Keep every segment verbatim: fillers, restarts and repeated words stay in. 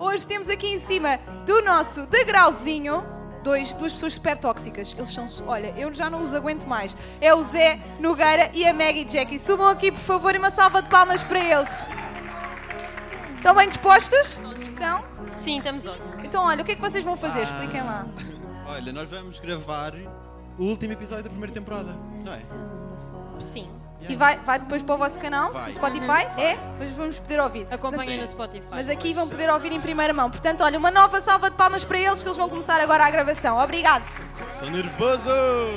Hoje temos aqui em cima do nosso degrauzinho dois, duas pessoas super tóxicas. Eles são, olha, eu já não os aguento mais. É o Zé Nogueira e a Maggie Jackie. Subam aqui, por favor, e uma salva de palmas para eles. Estão bem dispostos? Então? Sim, estamos ótimos. Então, olha, o que é que vocês vão fazer? Expliquem lá. Olha, nós vamos gravar o último episódio da primeira temporada, não é? Sim. E vai, vai depois para o vosso canal, Vai. no Spotify, é? Depois vamos poder ouvir. Acompanhem no Spotify. Mas aqui vão poder ouvir em primeira mão. Portanto, olha, uma nova salva de palmas para eles, que eles vão começar agora a gravação. Obrigado. Estou nervoso!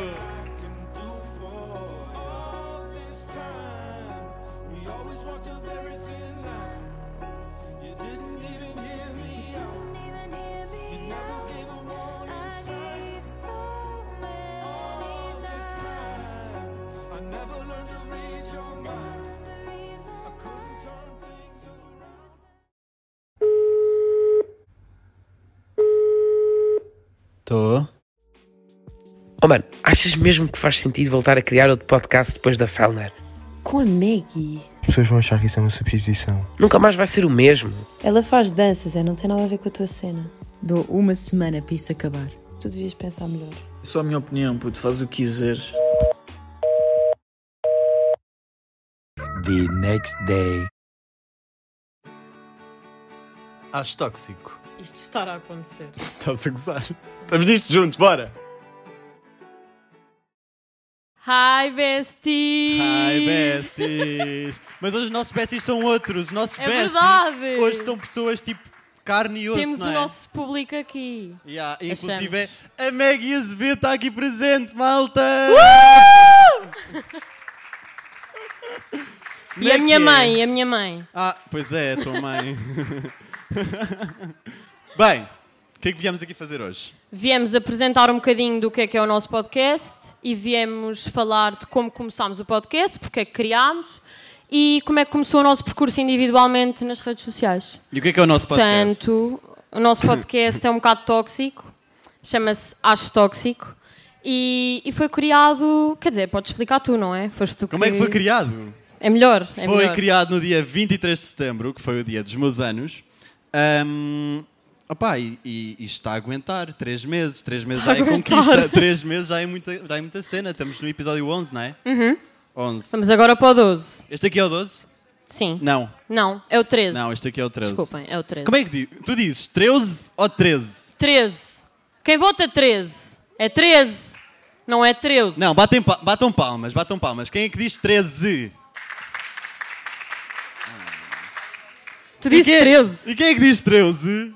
Estou. Oh mano, achas mesmo que faz sentido voltar a criar outro podcast depois da Fellner? Com a Maggie. As pessoas vão achar que isso é uma substituição. Nunca mais vai ser o mesmo. Ela faz danças, é, não tem nada a ver com a tua cena. Dou uma semana para isso acabar. Tu devias pensar melhor. Só a minha opinião, puto, faz o que quiseres. The next day. Acho tóxico. Isto estará a acontecer. Estás a gozar? Estamos nisto juntos, bora! Hi, besties! Hi, besties! Mas hoje os nossos besties são outros. Os nossos É besties verdade. hoje são pessoas tipo carne e osso, Temos não o é? nosso público aqui. Yeah, Achamos. inclusive a Maggie Azevedo está aqui presente, malta! Como E é a minha que é? mãe, a minha mãe. Ah, pois é, a tua mãe. Bem, o que é que viemos aqui fazer hoje? Viemos apresentar um bocadinho do que é que é o nosso podcast e viemos falar de como começámos o podcast, porque é que criámos e como é que começou o nosso percurso individualmente nas redes sociais. E o que é que é o nosso podcast? Portanto, o nosso podcast é um bocado tóxico, chama-se Acho Tóxico e, e foi criado, quer dizer, podes explicar tu, não é? Foste tu Como é que foi criado? É melhor, é Foi melhor. criado no dia vinte e três de setembro, que foi o dia dos meus anos. Um, opa, e, e, e está a aguentar três meses. Três meses já é Aguentar. conquista. Três meses já é, muita, já é muita cena. Estamos no episódio onze, não é? Uhum. onze. Vamos agora para o doze. Este aqui é o doze? Sim. Não. Não, é o treze. Não, este aqui é o treze. Desculpem, é o treze. Como é que diz? Tu dizes treze ou treze? treze. Quem vota treze? É treze. Não é treze. Não, batem, pa- batam palmas, batam palmas. Quem é que diz treze? Tu disse E quem é- treze. E quem é que diz treze?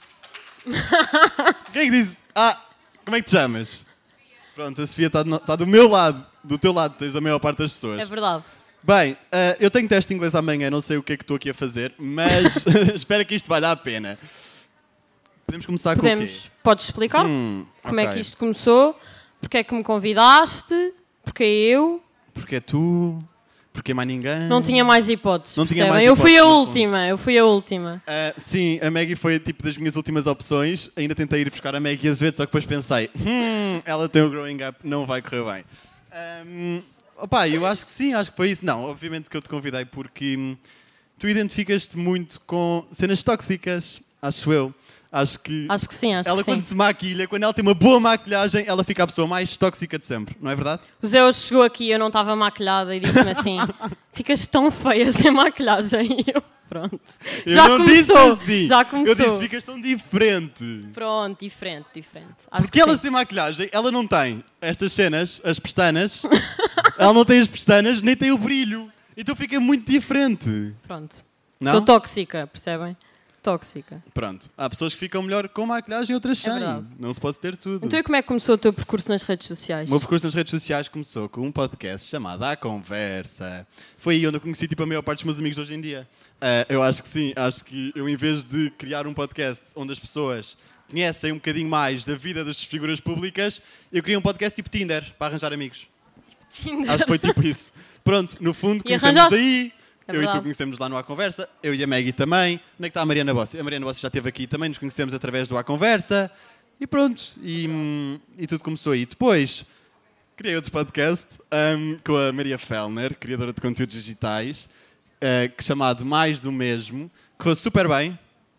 Quem é que diz... Ah, como é que te chamas? Pronto, a Sofia está do, tá do meu lado. Do teu lado, tens a maior parte das pessoas. É verdade. Bem, eh, eu tenho teste de inglês amanhã, não sei o que é que estou aqui a fazer, mas espero que isto valha a pena. Podemos começar com o quê? Podemos. Podes explicar Hum, como é ok. que isto começou? Porque é que me convidaste? Porque eu Porque é tu, porque é mais ninguém. não tinha mais hipóteses. Não tinha percebem? mais Eu fui a hipóteses, no fundo. última. Eu fui a última. Ah, sim, a Maggie foi tipo das minhas últimas opções. Ainda tentei ir buscar a Maggie Azevedo, só que depois pensei, hum, ela tem o growing up, não vai correr bem. Um, opa, eu acho que sim, acho que foi isso. Não, obviamente que eu te convidei porque hum, tu identificas-te muito com cenas tóxicas, acho eu. Acho que, Acho que sim, acho ela que quando sim. se maquilha, quando ela tem uma boa maquilhagem, ela fica a pessoa mais tóxica de sempre, não é verdade? O Zé hoje chegou aqui, eu não estava maquilhada e disse-me assim: ficas tão feia sem maquilhagem. E eu, pronto. Eu Já não começou. disse assim. Já começou. Eu disse, ficas tão diferente. Pronto, diferente, diferente. Acho Porque que ela sim. sem maquilhagem, ela não tem estas cenas, as pestanas, ela não tem as pestanas, nem tem o brilho. Então fica muito diferente. Pronto. Não? Sou tóxica, percebem? Tóxica. Pronto, há pessoas que ficam melhor com maquilhagem e outras sem. verdade. Não se pode ter tudo. Então e como é que começou o teu percurso nas redes sociais? O meu percurso nas redes sociais começou com um podcast chamado A Conversa. Foi aí onde eu conheci tipo, a maior parte dos meus amigos de hoje em dia. Ah, eu acho que sim, acho que eu em vez de criar um podcast onde as pessoas conhecem um bocadinho mais da vida das figuras públicas, eu criei um podcast tipo Tinder, para arranjar amigos. Tinder. Acho que foi tipo isso. Pronto, no fundo, E conhecemos arranjaste? aí. É eu e tu verdade. conhecemos lá no A Conversa, eu e a Maggie também. Onde é que está a Mariana Bossi? A Mariana Bossi já esteve aqui também, nos conhecemos através do A Conversa. E pronto, e, hum, e tudo começou aí. Depois, criei outro podcast hum, com a Maria Fellner, criadora de conteúdos digitais, uh, que chamado Mais do Mesmo. Correu super bem.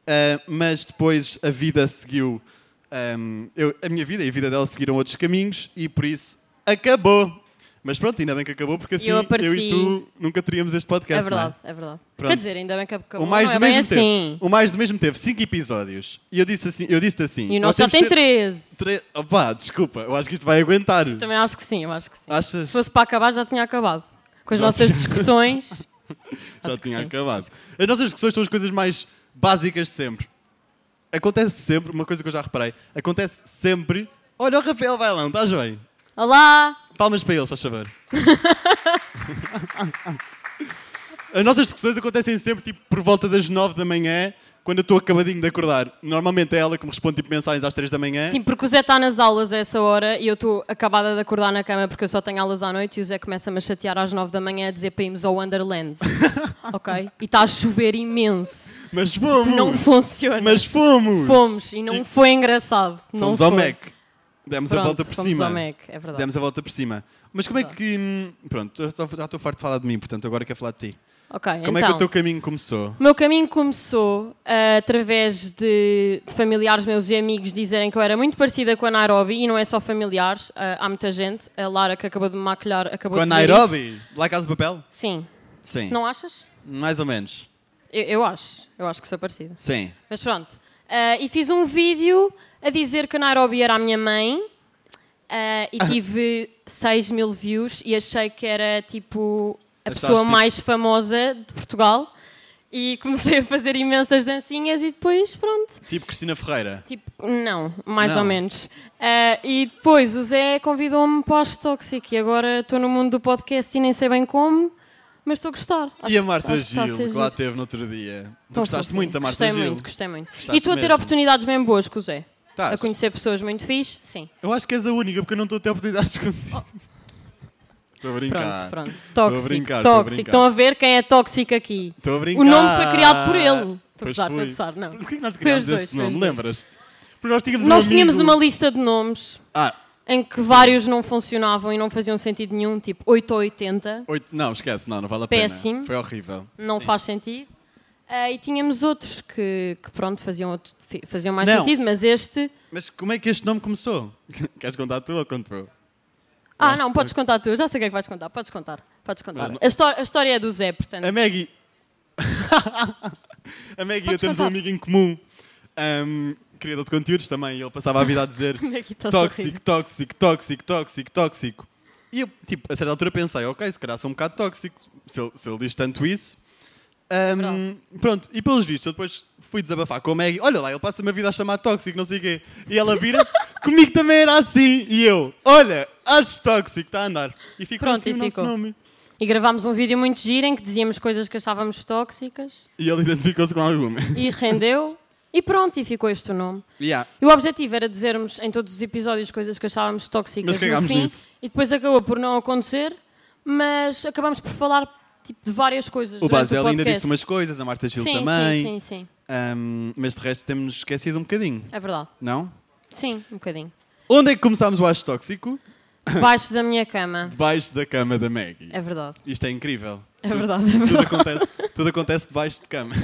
Uh, mas depois a vida seguiu... Um, eu, a minha vida e a vida dela seguiram outros caminhos e por isso acabou. Mas pronto, ainda bem que acabou, porque assim eu, eu e tu nunca teríamos este podcast. É verdade, não é? é verdade. Pronto. Quer dizer, ainda bem que acabou. O mais, não do é mesmo bem assim. teve, o mais do mesmo teve cinco episódios. E eu disse assim, eu disse assim. E o nós nosso já temos tem de ter treze. tre... Opá, desculpa, eu acho que isto vai aguentar. Também acho que sim, eu acho que sim. Achas? Se fosse para acabar, já tinha acabado. Com as Já nossas tinha- discussões. Já Acho que tinha sim. acabado. As nossas discussões são as coisas mais básicas de sempre. Acontece sempre, uma coisa que eu já reparei, acontece sempre. Olha, o Rafael Bailão, estás bem? Olá! Palmas para ele, só saber. As nossas discussões acontecem sempre tipo, por volta das nove da manhã, quando eu estou acabadinho de acordar. Normalmente é ela que me responde tipo, mensagens às três da manhã. Sim, porque o Zé está nas aulas a essa hora e eu estou acabada de acordar na cama porque eu só tenho aulas à noite e o Zé começa-me a chatear às nove da manhã a dizer para irmos ao Wonderland. Ok? E está a chover imenso. Mas fomos! Não funciona. Mas fomos! Fomos e não E- foi engraçado. Fomos não ao foi. Mac. Demos a Pronto, volta por fomos cima. ao Mac, é verdade. Demos a volta por cima. Mas como é que... hum, Pronto, já estou, já estou farto de falar de mim, portanto agora quero falar de ti. Ok, Como então, é que o teu caminho começou? o meu caminho começou ah, através de, de familiares meus e amigos dizerem que eu era muito parecida com a Nairobi e não é só familiares, ah, há muita gente. A Lara, que acabou de me maquilhar, acabou Com a de dizer Nairobi? isso. Lá Casa de Papel? Sim. Sim. Não achas? Mais ou menos. Eu, eu acho. Eu acho que sou parecida. Sim. Mas pronto. Ah, e fiz um vídeo a dizer que a Nairobi era a minha mãe ah, e tive seis mil views e achei que era tipo a Achaste, pessoa tipo- mais famosa de Portugal e comecei a fazer imensas dancinhas e depois pronto. Tipo Cristina Ferreira. Tipo, não, mais Não. ou menos. Ah, e depois o Zé convidou-me para o Acho Tóxico e agora estou no mundo do podcast e nem sei bem como, mas estou a gostar. Acho E a que- Marta acho que está a Gil, ser que lá giro. teve no outro dia. Tu Tão gostaste fofinho. muito da Marta Gostei Gil? muito, gostei muito. Gostaste E estou a ter mesmo? oportunidades bem boas com o Zé. Estás? A conhecer pessoas muito fixe, sim. Eu acho que és a única, porque eu não estou a ter oportunidades contigo. Estou a brincar. Pronto, pronto. Estou a Tóxico, brincar, estou a tóxico. brincar. Estão a ver quem é tóxico aqui. Estou a brincar. O nome foi criado por ele. Estou a Pois gozar, estou a foi. gozar, não. Por que nós Foi criámos os dois, esse foi os nome? dois. Lembras-te? Porque nós tínhamos Nós um tínhamos amigo... uma lista de nomes Ah, em que vários não funcionavam e não faziam sentido nenhum, tipo oito ou oitenta. oito... Não, esquece, não, não vale a pena. Péssimo. Foi horrível. Não Sim. faz sentido. Ah, e tínhamos outros que, que pronto, faziam, outro- fi- faziam mais Não. sentido, mas este... Mas como é que este nome começou? Queres contar tu ou conto eu? Ah, Acho não, que- podes contar tu. Eu já sei o que é que vais contar. Podes contar. Podes contar. Mas não- A, história, a história é do Zé, portanto. A Maggie... a Maggie e eu Podes temos um contar. amigo em comum. Um, criador de conteúdos também. E ele passava a vida a dizer... Como é que está a sorrir? tóxico, tóxico, tóxico, tóxico, tóxico. E eu, tipo, a certa altura pensei, ok, se calhar sou um bocado tóxico, se ele, se ele diz tanto isso. Ahm, pronto, e pelos vistos, eu depois fui desabafar com a Maggie, olha lá, ele passa-me a vida a chamar tóxico, não sei o quê. E ela vira-se, comigo também era assim. E eu, olha, acho tóxico, está a andar. E ficou Pronto, assim e o nosso ficou. nome. E gravámos um vídeo muito giro em que dizíamos coisas que achávamos tóxicas E ele identificou-se com alguma. e rendeu. E pronto, e ficou este o nome. Yeah. E o objetivo era dizermos em todos os episódios coisas que achávamos tóxicas Mas no cagámos fim. nisso. E depois acabou por não acontecer, mas acabamos por falar tipo, de várias coisas. O durante Basel ainda podcast. disse umas coisas, a Marta Gil sim, também. Sim, sim, sim. Ahm, mas de resto temos-nos esquecido um bocadinho, É verdade. não? Sim, um bocadinho. Onde é que começámos o Acho Tóxico? Debaixo da minha cama. Debaixo da cama da Maggie. É verdade. Isto é incrível. É Tudo- verdade, é Tudo verdade. acontece, tudo acontece debaixo de cama.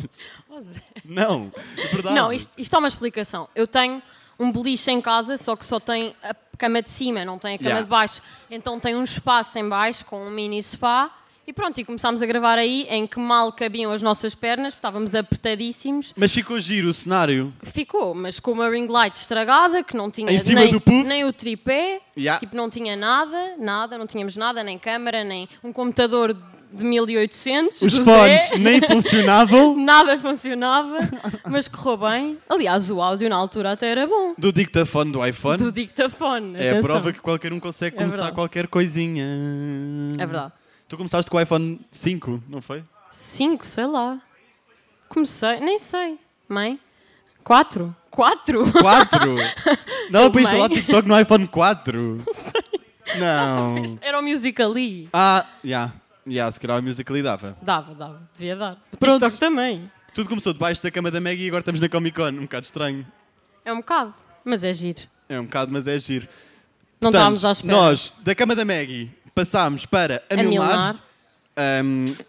Não, é verdade. Não, isto, isto há uma explicação. Eu tenho um beliche em casa, só que só tem a cama de cima, não tem a cama Yeah. de baixo. Então tem um espaço em baixo com um mini sofá. E pronto, e começámos a gravar aí, em que mal cabiam as nossas pernas, estávamos apertadíssimos. Mas ficou giro o cenário. Ficou, mas com uma ring light estragada, que não tinha Em cima nem, do puff? nem o tripé, Yeah. tipo, não tinha nada, nada, não tínhamos nada, nem câmara, nem um computador de mil e oitocentos. Os do fones Zé. nem funcionavam. Nada funcionava, mas correu bem. Aliás, o áudio na altura até era bom. Do dictafone do iPhone. Do dictafone. É a atenção. prova que qualquer um consegue É começar verdade. qualquer coisinha. É verdade. Tu começaste com o iPhone cinco, não foi? Cinco, sei lá. Comecei, nem sei. Mãe? Quatro? Quatro? quatro? Não, para Mãe? instalar TikTok no iPhone quatro. Não sei. Não. Era o Musical.ly. Ah, já. Yeah. Yeah, se calhar a Musical.ly dava. Dava, dava. Devia dar. O Pronto. TikTok também. Tudo começou debaixo da cama da Maggie e agora estamos na Comic Con. Um bocado estranho. É um bocado, mas é giro. É um bocado, mas é giro. Não Portanto, estávamos à espera. nós, da cama da Maggie, passámos para a, A Milnar. Milnar. Ahm,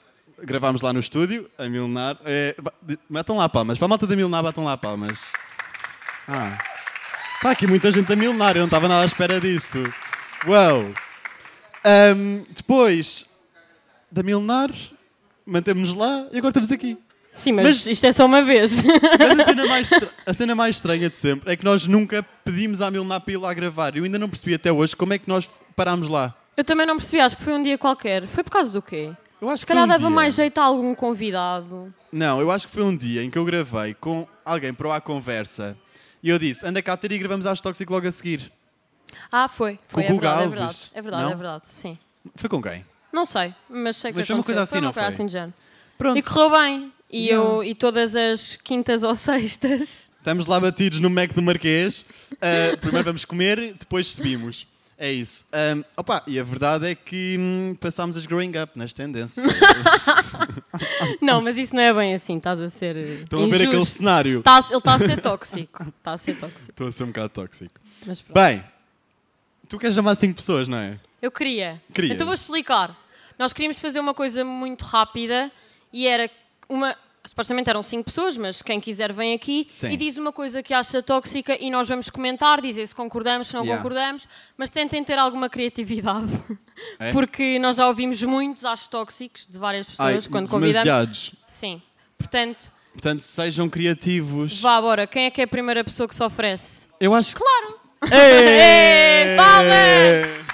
gravámos lá no estúdio, a Milenar. É, metam lá palmas. Para a malta da Milenar, batam lá palmas. Ah. Está aqui muita gente da Milenar, eu não estava nada à espera disto. Uau! Um, depois da Milenar, mantemos-nos lá e agora estamos aqui. Sim, mas, Mas- isto é só uma vez. Mas a cena, mais estra- a cena mais estranha de sempre é que nós nunca pedimos à Milenar para ir lá gravar. Eu ainda não percebi até hoje como é que nós parámos lá. Eu também não percebi, acho que foi um dia qualquer. Foi por causa do quê? Eu acho Se que foi calhar um dava dia. mais jeito a algum convidado. Não, eu acho que foi um dia em que eu gravei com alguém para o A Conversa e eu disse, anda cá ter e gravamos às Tóxico logo a seguir. Ah, foi. Foi, Com é o Guga verdade, é Alves. verdade. É verdade, Não? é verdade, sim. Foi com quem? Não sei, mas sei que Mas foi uma aconteceu. coisa assim, foi uma não coisa foi? assim de género. Pronto, E correu bem. E, Yeah. eu, e todas as quintas ou sextas. estamos lá batidos no Mac do Marquês. Uh, primeiro vamos comer, depois subimos. É isso. Um, opa, e a verdade é que hum, passámos as growing up nas tendências. Não, mas isso não é bem assim, estás a ser. Estão a ver aquele injusto. cenário? Tá a- ele está a ser tóxico. Está a ser tóxico. Estou a ser um bocado tóxico. Mas pronto. Bem, tu queres chamar cinco pessoas, não é? Eu queria. Querias. Então vou explicar. Nós queríamos fazer uma coisa muito rápida e era uma. Supostamente eram cinco pessoas, mas quem quiser vem aqui Sim. e diz uma coisa que acha tóxica e nós vamos comentar, dizer se concordamos, se não Yeah. concordamos, mas tentem ter alguma criatividade. É? Porque nós já ouvimos muitos achos tóxicos de várias pessoas Ai, quando convidamos. demasiados. Sim. Portanto, Portanto, sejam criativos. vá agora. Quem é que é a primeira pessoa que se oferece? Eu acho que... Claro! Ei! Palmas!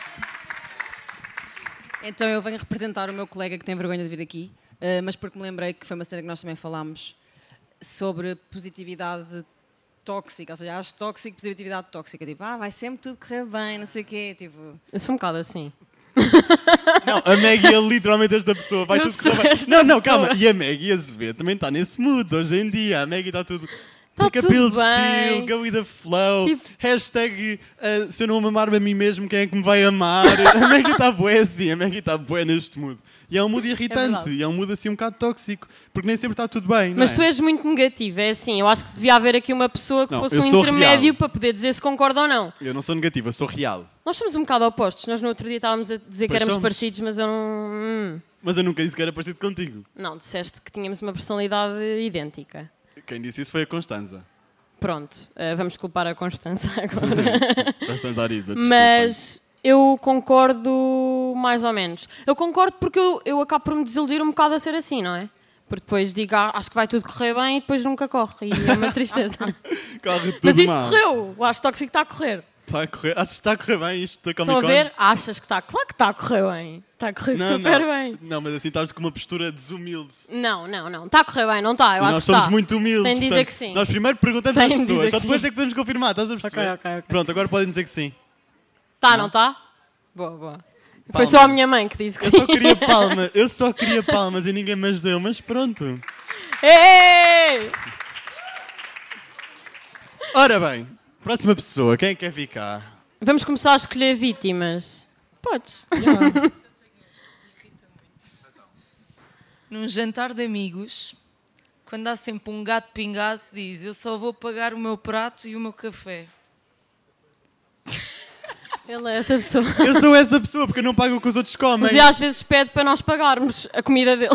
Então eu venho representar o meu colega que tem vergonha de vir aqui, uh, mas porque me lembrei que foi uma cena que nós também falámos sobre positividade tóxica, ou seja, acho tóxico, positividade tóxica, tipo, ah, vai sempre tudo correr bem, não sei o quê, tipo... Eu sou um bocado assim. Não, a Maggie é literalmente esta pessoa. Vai Eu tudo sou correr bem. esta Não, não, pessoa. calma. E a Maggie Azevedo também está nesse mood hoje em dia. A Maggie está tudo... Tá Take a tudo pill bem. chill, go with the flow. Tipo- Hashtag uh, se eu não amar-me a mim mesmo, quem é que me vai amar? A Maggie está bué assim. A Maggie está bué neste mood. E é um mood irritante. verdade. e é um mood assim um bocado tóxico. Porque nem sempre está tudo bem, não Mas é? tu és muito negativo, é assim. Eu acho que devia haver aqui uma pessoa que Não, fosse eu um sou intermédio real. para poder dizer se concorda ou não. Eu não sou negativa, eu sou real. Nós somos um bocado opostos. Nós no outro dia estávamos a dizer que Pois éramos somos. parecidos, mas eu não. hum. Mas eu nunca disse que era parecido contigo. Não, disseste que tínhamos uma personalidade idêntica. Quem disse isso foi a Constanza. Pronto, eh, vamos culpar a Constança agora. Constanza Ariza, desculpem. Mas eu concordo mais ou menos. Eu concordo porque eu, eu acabo por me desiludir um bocado a ser assim, não é? Porque depois digo, ah, acho que vai tudo correr bem e depois nunca corre. E é uma tristeza. Corre tudo Mas isto mal. correu. O acho tóxico está a correr. Está a correr. Achas que está a correr bem isto da Comic Estão a Con? ver? Achas que está? Claro que está a correr bem. Está a correr Não, super não. bem. Não, mas assim estás com uma postura desumilde. Não, não, não. Está a correr bem, não está? Eu E acho nós que somos está. muito humildes. Tem de dizer portanto, que sim. Nós primeiro perguntamos Tem às de dizer pessoas, que só depois sim. é que podemos confirmar, estás a perceber? Ok, ok, ok. Pronto, agora podem dizer que sim. Está, não está? Boa, boa. Foi Palmas. só a minha mãe que disse que Eu sim. só queria palmas, eu só queria palmas e ninguém me deu, mas pronto. Ei! Ora bem, próxima pessoa, quem é que quer ficar? Vamos começar a escolher vítimas. Podes. Num jantar de amigos, quando há sempre um gato pingado que diz eu só vou pagar o meu prato e o meu café. Ele é essa pessoa. Eu sou essa pessoa porque eu não pago o que os outros comem. Mas ele às vezes pede para nós pagarmos a comida dele.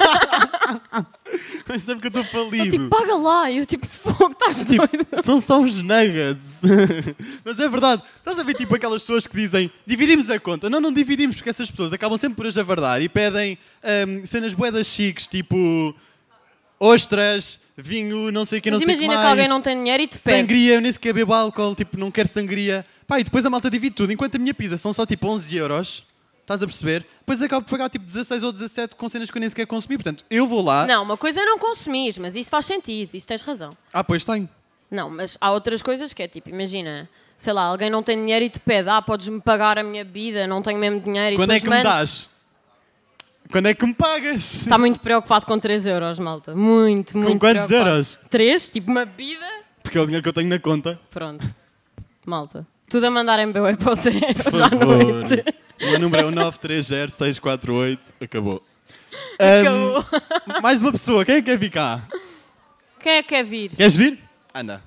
Mas sempre que eu estou Eu falido. tipo, paga lá. E eu tipo, fogo, estás Tipo, doido. são só uns nuggets. Mas é verdade. Estás a ver tipo aquelas pessoas que dizem dividimos a conta. Não, não dividimos porque essas pessoas acabam sempre por ajavardar e pedem hum, cenas buedas chiques, tipo ostras, vinho, não sei o que, não Mas sei o que imagina mais. que alguém não tem dinheiro e te pede. Sangria, eu nem sequer bebo álcool, tipo, não quero sangria. Pá, e depois a malta divide tudo. Enquanto a minha pizza são só tipo onze euros, estás a perceber? Depois acabo por pagar tipo dezasseis ou dezassete com cenas que eu nem sequer consumi. Portanto, eu vou lá... Não, uma coisa é não consumir, mas isso faz sentido, isso tens razão. Ah, pois tenho. Não, mas há outras coisas que é tipo, imagina, sei lá, alguém não tem dinheiro e te pede, ah, podes-me pagar a minha bebida, não tenho mesmo dinheiro. Quando e é depois que me mando- dás? Quando é que me pagas? Está muito preocupado com três euros, malta. Muito, muito quantos preocupado. euros? três Tipo uma bebida? Porque é o dinheiro que eu tenho na conta. Pronto. Malta. Tudo a mandar em B O E para o zero Por já à favor. noite. O meu número é o nove três zero seis quatro oito. Acabou. Acabou. Ahm, mais uma pessoa. Quem é que quer ficar? Quem é que quer vir? Queres vir? Anda.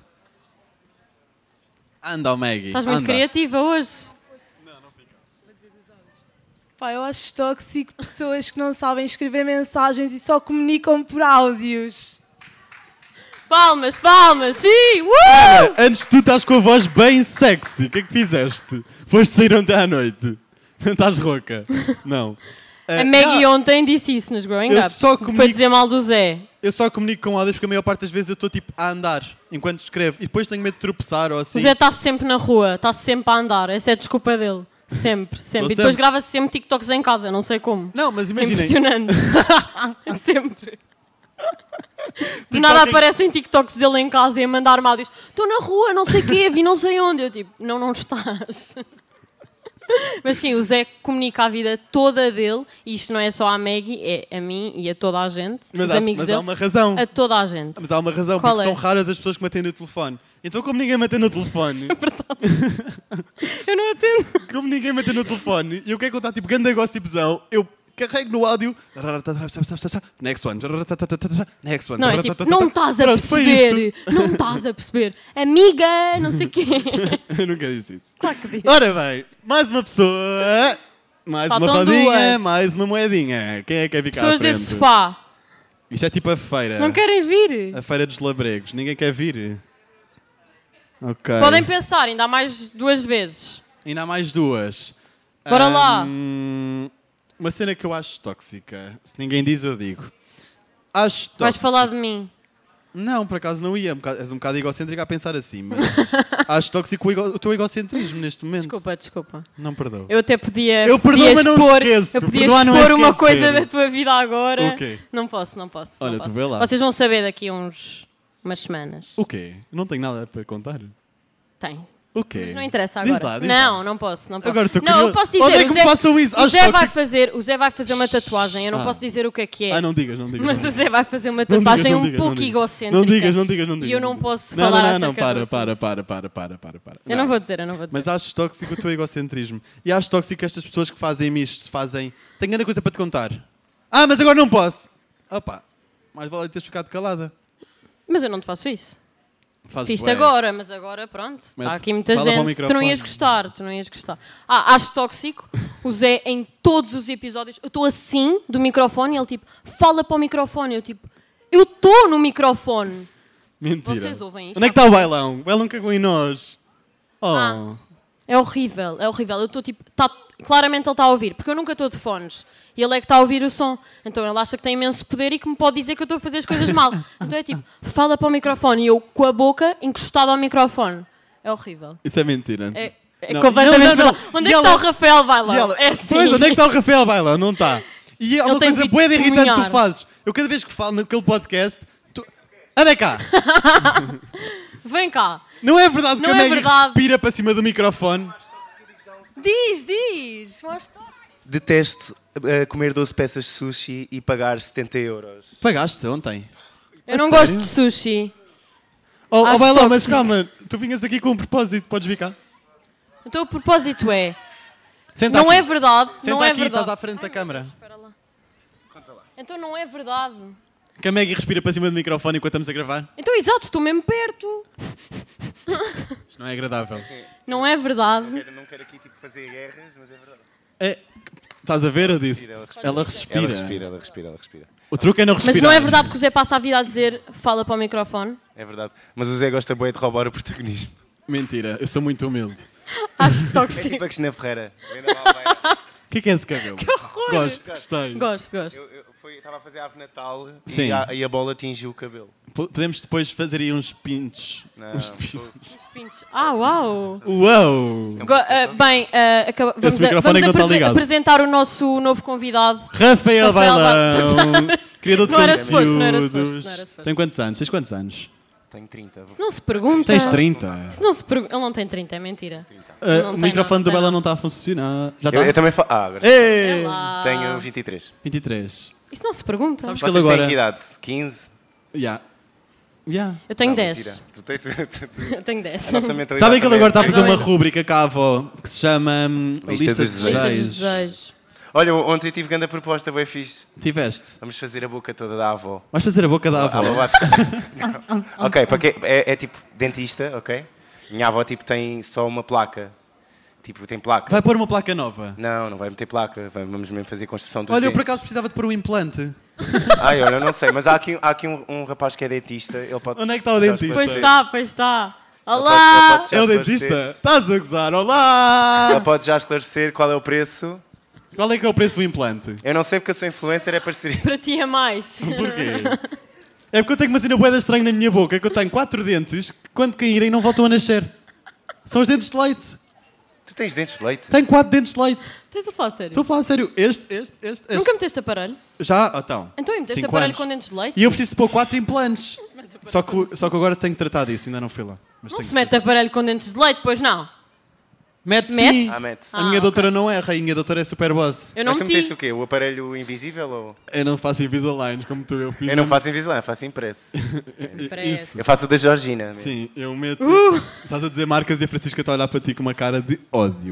Anda, oh Maggie. Estás muito anda. criativa hoje. Pá, eu acho tóxico pessoas que não sabem escrever mensagens e só comunicam por áudios. Palmas, palmas, sim! Uh! Olha, antes tu estás com a voz bem sexy. O que é que fizeste? Foste sair ontem à noite. Não estás rouca? Não. A Maggie uh, ontem disse isso nos Growing eu Up. Só comunico, foi dizer mal do Zé. Eu só comunico com áudios porque a maior parte das vezes eu estou tipo a andar enquanto escrevo e depois tenho medo de tropeçar ou assim. O Zé está sempre na rua, está sempre a andar. Essa é a desculpa dele. Sempre, sempre. E depois sempre. grava-se sempre TikToks em casa, não sei como. Não, mas imaginem. Impressionante. Sempre. De nada aparecem TikToks dele em casa e a mandar-me áudios. Estou na rua, não sei o quê, vi não sei onde. Eu tipo, não, não estás. Mas sim, o Zé comunica a vida toda dele, e isto não é só à Maggie, é a mim e a toda a gente, mas os há, amigos mas dele. há uma razão. A toda a gente. Mas há uma razão, Qual porque é? são raras as pessoas que me atendem no telefone. Então como ninguém me atende no telefone... Eu não atendo. Como ninguém me atende no telefone, e eu quero contar tipo grande gossipzão, eu carrego no áudio... Next one. Next one. Não, é tipo, não estás a perceber. Não estás a perceber. Amiga, não sei o quê. Eu nunca disse isso. Claro que disse. Ora bem, mais uma pessoa, mais Faltam uma rodinha, duas. mais uma moedinha. Quem é que quer ficar Pessoas à frente? desse sofá. Isto é tipo a feira. Não querem vir? A feira dos labregos. Ninguém quer vir? Ok. Podem pensar, ainda há mais duas vezes. Ainda há mais duas. Bora lá. Hum, uma cena que eu acho tóxica. Se ninguém diz, eu digo. Acho tóxica. Vais falar de mim? Não, por acaso não ia. Um bocado, és um bocado egocêntrico a pensar assim, mas acho tóxico o, ego, o teu egocentrismo neste momento. Desculpa, desculpa. Não perdoo. Eu até podia. Eu podia perdoo, mas não expor, esqueço. Eu podia Perdoar não é expor uma esquecer. coisa da tua vida agora. O quê? Não posso, não posso. Olha, não tu posso. vê lá. Vocês vão saber daqui a uns, umas semanas. O quê? Não tenho nada para contar. Tem. O quê? Mas não interessa Diz agora. lá, diz não, lá. não posso, não posso. Agora estou não, curioso. eu posso dizer. Onde é que o me Zé, façam isso? O Acho Zé, vai tóxico. fazer, o Zé vai fazer uma tatuagem. Eu não Ah. posso dizer o que é que é. Ah, não digas, não digas. Mas não o Zé vai fazer uma Não tatuagem digas, não um digas, não pouco digas. egocêntrica. Não digas, não digas, não digas. E eu não posso Não, falar não, não, acerca não, para, do para, assunto. para, para, para, para, para. Eu não vou dizer, eu não vou dizer. Mas acho tóxico o teu egocentrismo. E acho tóxico estas pessoas que fazem isto, fazem... Tenho grande coisa para te contar. Ah, mas agora não posso. Opa, mais vale teres ficado calada. Mas eu não te faço isso. Fazes Fiz-te bué. agora, mas agora pronto. Está Mete- aqui muita fala para o gente. Tu não microfone. ias gostar, tu não ias gostar. Ah, acho tóxico. O Zé, em todos os episódios, eu estou assim do microfone e ele tipo, fala para o microfone. Eu tipo, eu estou no microfone. Mentira. Vocês ouvem isto? Onde é que está o bailão? O bailão cagou em nós. Oh. Ah. É horrível, é horrível. Eu estou tipo, tá, claramente ele está a ouvir, porque eu nunca estou de fones. E ele é que está a ouvir o som. Então ele acha que tem imenso poder e que me pode dizer que eu estou a fazer as coisas mal. Então é tipo, fala para o microfone e eu com a boca encostada ao microfone. É horrível. Isso é mentira. É, é Não. completamente Não, não, não. verdade. Onde E é que ela- está o Rafael Bailão? E ela- É assim. Pois, onde é que está o Rafael Bailão? Não está. E é Ele uma tem coisa que boa de irritante que tu testemunhar. fazes. Eu cada vez que falo naquele podcast... Tu... Anda cá! Vem cá. Não é verdade que Não a é Maggie verdade. respira para cima do microfone? Diz, diz. Mostra. Detesto uh, comer doze peças de sushi e pagar setenta euros. Pagaste ontem? Eu A não sério? gosto de sushi. Oh, oh Acho Bailão, mas tóxico. calma. Tu vinhas aqui com um propósito. Podes vir cá? Então o propósito é... Senta não aqui. é verdade. Senta não é aqui, verdade. estás à frente da câmara. Então não é verdade. Que a Maggie respira para cima do microfone enquanto estamos a gravar? Então exato, estou mesmo perto. Isto não é agradável. Não é verdade. Não quero, não quero aqui tipo, fazer guerras, mas é verdade. É, estás a ver? Eu disse. Ela Ela respira. respira, ela respira, ela respira. O truque é não respirar. Mas não é verdade que o Zé passa a vida a dizer fala para o microfone? É verdade. Mas o Zé gosta bem de roubar o protagonismo. Mentira, eu sou muito humilde. Acho É tóxico. tipo a Cristina Ferreira. Vem na Malveira. O que é que é esse cabelo? Que horror! Gosto, gostei. Gosto, gosto. Eu, eu fui- estava a fazer árvore de Natal Sim. e a, e a bola atingiu o cabelo. P- Podemos depois fazer aí uns pintos. Não, uns foi- pintos. Pintos. Ah, uau! Uau! Go- ah, bem, ah, acaba- vamos, a, microfone é vamos que não está apre- ligado. apresentar o nosso novo convidado. Rafael Rafael Bailão, criador de Não era suposto, não era conteúdos. suposto, não era suposto. Tem quantos anos? Tens quantos anos? Tenho trinta. Se não se pergunta... Tens trinta. Se não se pergunta... Ele não tem trinta, é mentira. Ah, Não o tem, microfone não, do tem, Bailão não. não está a funcionar. Já Eu, está? eu também falo. Ah, agora. Ei! É lá. Tenho vinte e três. vinte e três. Isso não se pergunta. Sabes que Vocês ele agora... têm que idade? quinze? Já. Já. Eu tenho Não, dez. mentira. Tu tens- tu- tu- tu- Eu tenho dez. A nossa mentalidade Sabem que ele também agora está a é- fazer uma rúbrica cá, avó, que se chama hum, Lista Lista dos de desejos. Lista dos Desejos. desejos. Olha, ontem eu tive grande proposta, bem fixe. Tiveste? Vamos fazer a boca toda da avó. Vais fazer a boca da avó. A avó vai ficar- Não. Ok, porque é, é tipo dentista, ok? Minha avó tipo, tem só uma placa. Tipo, tem placa. Vai pôr uma placa nova? Não, não vai meter placa. Vamos mesmo fazer construção dos Olha, eu dentes. por acaso precisava de pôr um implante. Ai, olha, eu não sei, mas há aqui, há aqui um, um rapaz que é dentista. Ele pode Onde é que está o já dentista? Pois esclarecer. está, pois está. Ele Olá! pode- ele pode já É o esclarecer. dentista? Estás a gozar? Olá! Ele pode já esclarecer qual é o preço. Qual é que é o preço do implante? Eu não sei porque eu sou influencer, é parceria. Para ti é mais. Porquê? É porque eu tenho uma cena bué estranha na minha boca, que eu tenho quatro dentes que quando caírem não voltam a nascer. São os dentes de leite. Tu tens dentes de leite? Tenho quatro dentes de leite. Estás a falar sério? Estou a falar a sério. Este, este, este, este. Nunca meteste aparelho? Já? Então. Então e meteste Cinco aparelho anos. com dentes de leite? E eu preciso pôr quatro implantes. Só que, só que agora tenho que tratar disso, ainda não fui lá. Mas Não tenho se que mete aparelho com dentes de leite, pois não? Mete sim. Mete? Ah, mete. A minha doutora não é, a minha doutora é super boss. Eu não Mas tu meti. meteste o quê? O aparelho invisível ou... Eu não faço Invisalign como tu. Eu, fiz Eu não mesmo- faço invisível, eu faço impresso. Isso. Eu faço o da Georgina. mesmo. Sim, eu meto. Uh! Estás a dizer marcas e a Francisca está a olhar para ti com uma cara de ódio.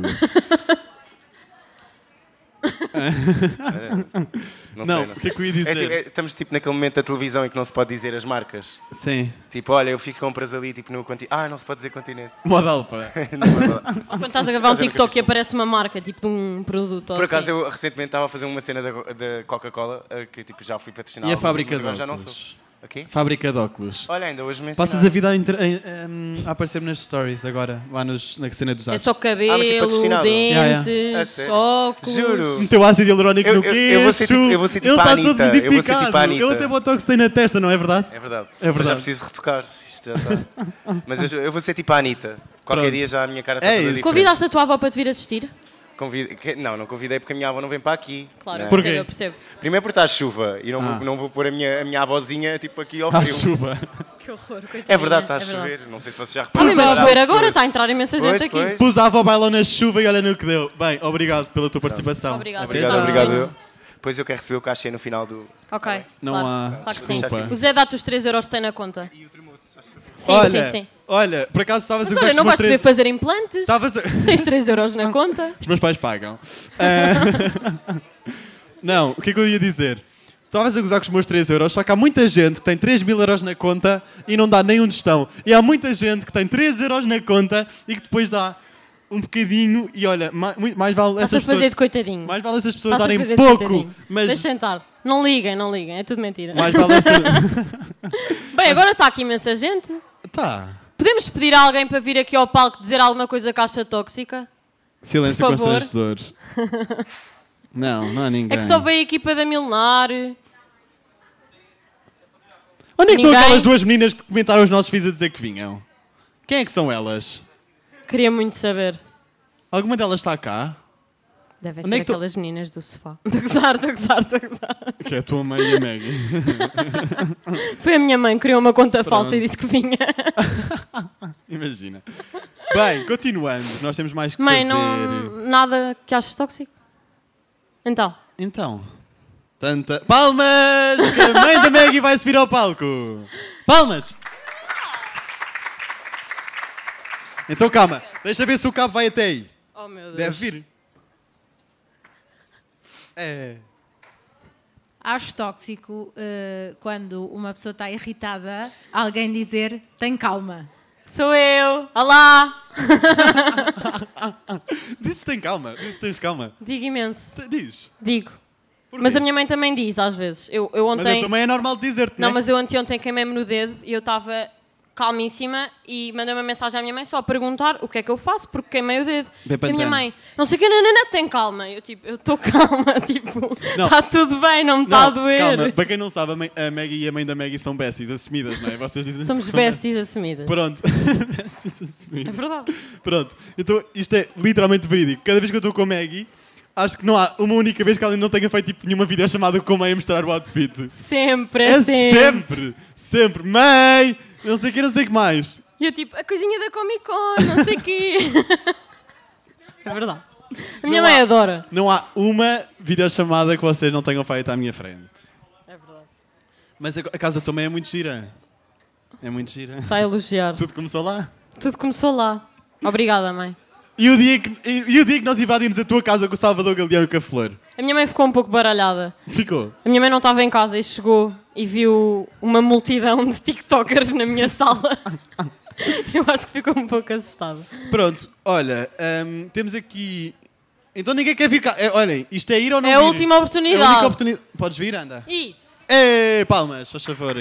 Não, Não, sei, não o que sei. é que eu ia dizer? É tipo- é- estamos tipo naquele momento da televisão em que não se pode dizer as marcas. Sim. Tipo, olha, eu fico compras ali tipo no continente. Ah, não se pode dizer continente. Modal, pá. Não, não, não. Ou quando estás a gravar um Mas eu nunca TikTok fiz. e aparece uma marca, tipo de um produto ou Por acaso assim. eu recentemente estava a fazer uma cena da, da Coca-Cola eh, que tipo, já fui patrocinado. E a algumas, fábrica mas de agora já não óculos? sou. Aqui? Fábrica de óculos. Olha, ainda hoje mencionaram. Passas a vida a, inter- em- em- a aparecer-me nas stories agora, lá nos, na cena dos É atos. só cabelo, Ah, mas tipo patrocinado? dentes, Yeah, yeah. A sério? óculos. Juro. Meteu ácido hialurónico Eu- no eu- queixo. eu vou ser tipo- eu vou ser tipo Ele a está Anitta, todo eu vou ser modificado. tipo a Anitta. Ele até botox tem na testa, não é verdade? É verdade. É verdade. Mas já preciso retocar. Isto já está. Mas eu, eu vou ser tipo a Anitta. Qualquer Pronto. dia já a minha cara está É toda isso. diferente. Convidaste a tua avó para te vir assistir? Convide- que- Não, não convidei porque a minha avó não vem para aqui. Claro, Não. eu Porquê? percebo, eu percebo. Primeiro porque está chuva e não, Ah. vou, não vou pôr a minha, a minha avózinha tipo aqui ao À frio. chuva. Que horror, coitadinha. É verdade, está a É verdade. chover. Não sei se vocês já Ah, repararam. mas Pois a há chover agora, pessoas- está a entrar imensa gente Pois, aqui. pois. Pus a avó bailão na chuva e olha no que deu. Bem, obrigado pela tua participação. Obrigada. Até Obrigado, já. obrigado. eu. Pois eu quero receber o cachê no final do... Ok, Não claro. há Claro que sim. desculpa. O Zé dá-te os três euros que tem na conta. Sim, olha, sim, sim. olha, por acaso estavas a Mas usar olha, os não meus vais poder três... fazer implantes? Estavas a... Tens três euros na conta? Os meus pais pagam. Ah, Não, o que é que eu ia dizer? Estavas a gozar com os meus três euros, só que há muita gente que tem três mil euros na conta e não dá nem um tostão. E há muita gente que tem três euros na conta e que depois dá um bocadinho e olha, mais, mais vale Estás a essas fazer pessoas... de coitadinho. Mais vale essas pessoas Estás a darem fazer de pouco, coitadinho. mas Deixa sentar. Não liguem, não liguem. É tudo mentira. mais vale essa... Bem, agora está aqui imensa gente. Tá. Podemos pedir a alguém para vir aqui ao palco dizer alguma coisa que acha tóxica? Silêncio Por favor. constrangedor. Não, não há ninguém. É que só veio a equipa da Milenar. Onde é que estão Ninguém? aquelas duas meninas que comentaram os nossos vídeos a dizer que vinham? Quem é que são elas? Queria muito saber. Alguma delas está cá? Devem Onde é ser que tu- aquelas meninas do sofá. Estou a gozar, estou a gozar, estou a gozar. Que é a tua mãe e a Maggie. Foi a minha mãe que criou uma conta falsa Pronto. e disse que vinha. Imagina. Bem, continuando, nós temos mais que Mãe, fazer. não... nada que aches tóxico? Então. Então. Tanta... Palmas! Que a mãe da Maggie vai subir ao palco. Palmas! Então calma, deixa ver se o cabo vai até aí. Oh meu Deus. Deve vir. É. Acho tóxico eh, quando uma pessoa está irritada, alguém dizer tem calma. Sou eu. Olá! Diz que tem calma, diz que tens calma. Digo imenso. Diz. Digo. Porquê? Mas a minha mãe também diz às vezes. Eu, eu ontem... Mas eu também é normal dizer-te, Não, né? mas eu anteontem queimei-me no dedo e eu estava calmíssima e mandei uma mensagem à minha mãe só a perguntar o que é que eu faço porque queimei o dedo. Vê E a minha pantano. mãe, não sei o que, nanana, tem calma. Eu tipo, eu estou calma, tipo, Não. está tudo bem, não me está a Não, doer. calma, para quem não sabe, a, mãe- a Maggie e a mãe da Maggie são besties assumidas, não é? Vocês dizem Somos que são besties assumidas. Pronto. Besties assumidas. É verdade. Pronto. Então, isto é literalmente verídico. Cada vez que eu estou com a Maggie, acho que não há uma única vez que ela não tenha feito tipo, nenhuma videochamada com a mãe a mostrar o outfit. Sempre, É é sempre. sempre. Sempre. Mãe, não sei o que, não sei o que mais. E eu tipo, a coisinha da Comic Con, não sei o quê. É verdade. A minha Não mãe há- adora. Não há uma videochamada que vocês não tenham feito à minha frente. É verdade. Mas a a casa da tua mãe é muito gira. É muito gira. Está a elogiar. Tudo começou lá. Tudo começou lá. Obrigada, mãe. E o, dia que, e, e o dia que nós invadimos a tua casa com o Salvador Galeão e com a Flor? A minha mãe ficou um pouco baralhada. Ficou. A minha mãe não estava em casa e chegou e viu uma multidão de TikTokers na minha sala. Eu acho que ficou um pouco assustado. Pronto, olha, hum, temos aqui... Então ninguém quer vir cá. É, olhem, isto é ir ou não É vir? a última oportunidade. É a única oportunidade. Podes vir, anda. Isso. Ei, palmas, faz favor.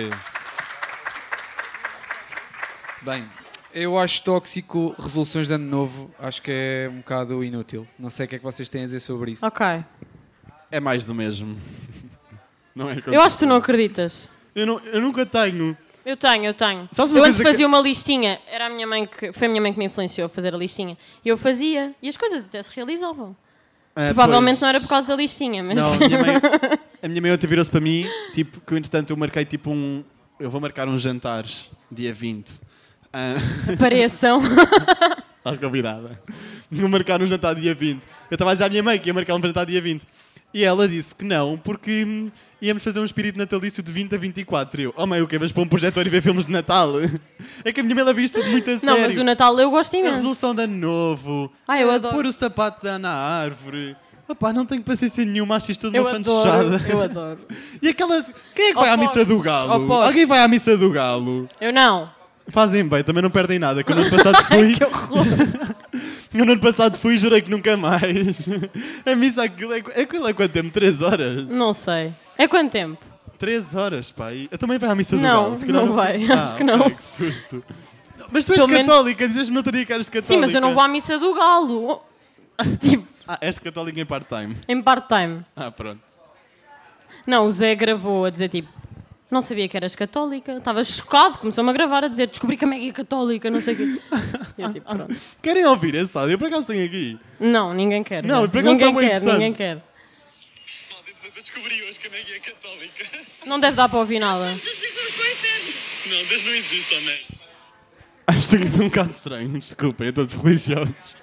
Bem, eu acho tóxico resoluções de ano novo. Acho que é um bocado inútil. Não sei o que é que vocês têm a dizer sobre isso. Ok. É mais do mesmo. Não é Eu acho que tu não acreditas. Eu, não, eu nunca tenho. Eu tenho, eu tenho. Sabes uma Eu antes coisa fazia que- uma listinha. Era a minha mãe que, foi a minha mãe que me influenciou a fazer a listinha. E eu fazia. E as coisas até se realizavam. Ah, Provavelmente pois. não era por causa da listinha, mas... Não, a minha mãe, a minha mãe ontem virou-se para mim, tipo, que eu, entretanto eu marquei tipo um... Eu vou marcar uns jantares, dia vinte. Ah, Apareçam. Estás convidada. Vou marcar um jantar dia vinte. Eu estava a dizer à minha mãe que ia marcar um jantar dia vinte. E ela disse que não, porque hum, íamos fazer um espírito natalício de vinte a vinte e quatro. E eu, oh mãe, o quê? Vais para um projetor e ver filmes de Natal? É que a minha mãe leva isto tudo muito a sério. Não, mas o Natal eu gosto A imenso. resolução de ano novo. Ah, eu é adoro. Pôr o sapato da na árvore. Opá, não tenho paciência nenhuma, acho isto tudo Eu uma adoro, fantochada. eu adoro. E aquelas... Quem é que vai à missa do Galo? Opostos. Alguém vai à missa do Galo? Eu não. Fazem bem, também não perdem nada, que eu no ano passado fui... Que horror. Eu no ano passado fui e jurei que nunca mais. A missa aquilo é, aquilo é quanto tempo? Três horas? Não sei. É quanto tempo? Três horas, pá. E eu também vai à missa do Não, Galo. Se calhar não vai, Ah, acho que não. ok, que susto. Mas tu és Pelo menos- católica, dizes-me no outro dia que eres católica. Sim, mas eu não vou à missa do Galo. Tipo, Ah, és católica em part-time. em part-time. Ah, pronto. Não, o Zé gravou a dizer tipo, não sabia que eras católica. Estava chocado, começou-me a gravar a dizer, descobri que a Maggie é católica, não sei o quê. E eu tipo, pronto. Querem ouvir esse áudio? Eu por acaso tenho aqui. Não, ninguém quer. Não, Zé. por acaso ninguém está bem quer, interessante. ninguém quer. Eu descobri hoje que a Maggie é católica. Não deve dar para ouvir nada. Não, Deus não existe, homem. Acho que foi um bocado estranho, desculpem, eu todos religiosos.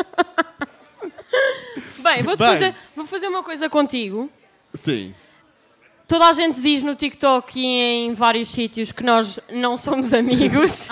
Bem, vou-te Bem. fazer, vou fazer uma coisa contigo. Sim. Toda a gente diz no TikTok e em vários sítios que nós não somos amigos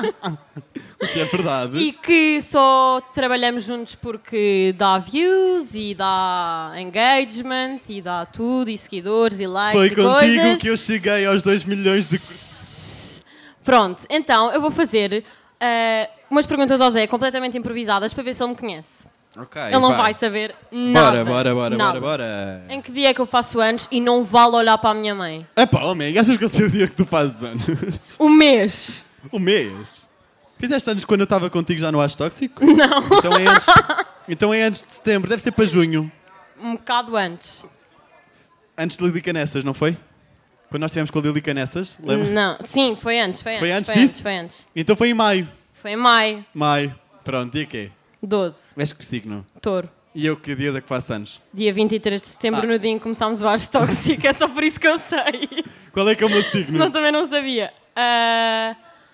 O que é verdade. e que só trabalhamos juntos porque dá views e dá engagement e dá tudo e seguidores e likes Foi e contigo coisas. que eu cheguei aos dois milhões de... Pronto, então eu vou fazer eh, umas perguntas ao Zé completamente improvisadas para ver se ele me conhece. Ok, Ele não vai. vai saber nada. Bora, bora, bora, nada. bora, bora. Em que dia é que eu faço anos e não vale olhar para a minha mãe? Epá, homem, achas que eu sei o dia que tu fazes anos? O mês. O mês? Fizeste anos quando eu estava contigo já no Acho Tóxico? Não. Então é, antes, então é antes de setembro, deve ser para junho. Um bocado antes. Antes de Lili Canessas, não foi? Quando nós estivemos com a Lili Canessas, lembra? Não, sim, foi antes, foi antes. Foi antes foi disso? Antes, foi antes. Então foi em maio. Foi em maio, Maio. Pronto, dia quê? doze, És que signo? touro. E eu que dia é que faço anos? Dia vinte e três de setembro, Ah. no dia em que começámos o Acho Tóxico. É só por isso que eu sei. Qual é que é o meu signo? Senão também não sabia. Ah,